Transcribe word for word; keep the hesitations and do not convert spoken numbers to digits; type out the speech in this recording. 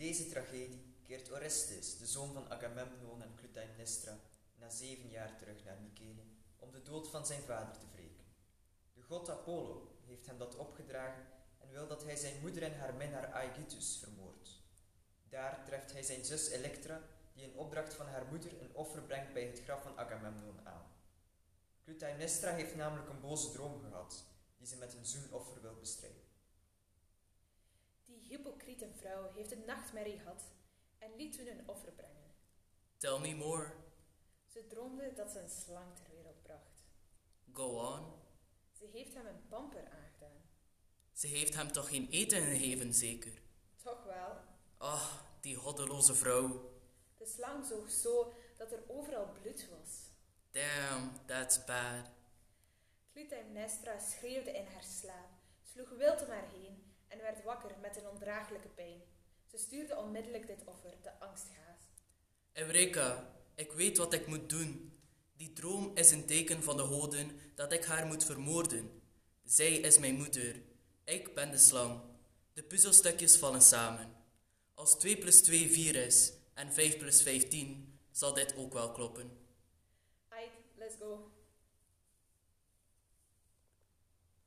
deze tragedie keert Orestes, de zoon van Agamemnon en Clytemnestra, na zeven jaar terug naar Mycene om de dood van zijn vader te wreken. De god Apollo heeft hem dat opgedragen en wil dat hij zijn moeder en haar minnaar Aegisthus vermoordt. Daar treft hij zijn zus Elektra, die in opdracht van haar moeder een offer brengt bij het graf van Agamemnon aan. Clytemnestra heeft namelijk een boze droom gehad, die ze met een zoenoffer wil bestrijden. Die hypocriete vrouw heeft een nachtmerrie gehad en liet toen een offer brengen. Tell me more. Ze droomde dat ze een slang ter wereld bracht. Go on. Ze heeft hem een pamper aangedaan. Ze heeft hem toch geen eten gegeven, zeker? Toch wel. Ach, die goddeloze vrouw. De slang zoog zo dat er overal bloed was. Damn, that's bad. Clytemnestra schreeuwde in haar slaap, sloeg wild om haar heen en werd wakker met een ondraaglijke pijn. Ze stuurde onmiddellijk dit offer, de angstgaas. Eureka, ik weet wat ik moet doen. Die droom is een teken van de goden dat ik haar moet vermoorden. Zij is mijn moeder. Ik ben de slang. De puzzelstukjes vallen samen. Als twee plus twee vier is en vijf plus vijf tien, zal dit ook wel kloppen. Ait, let's go.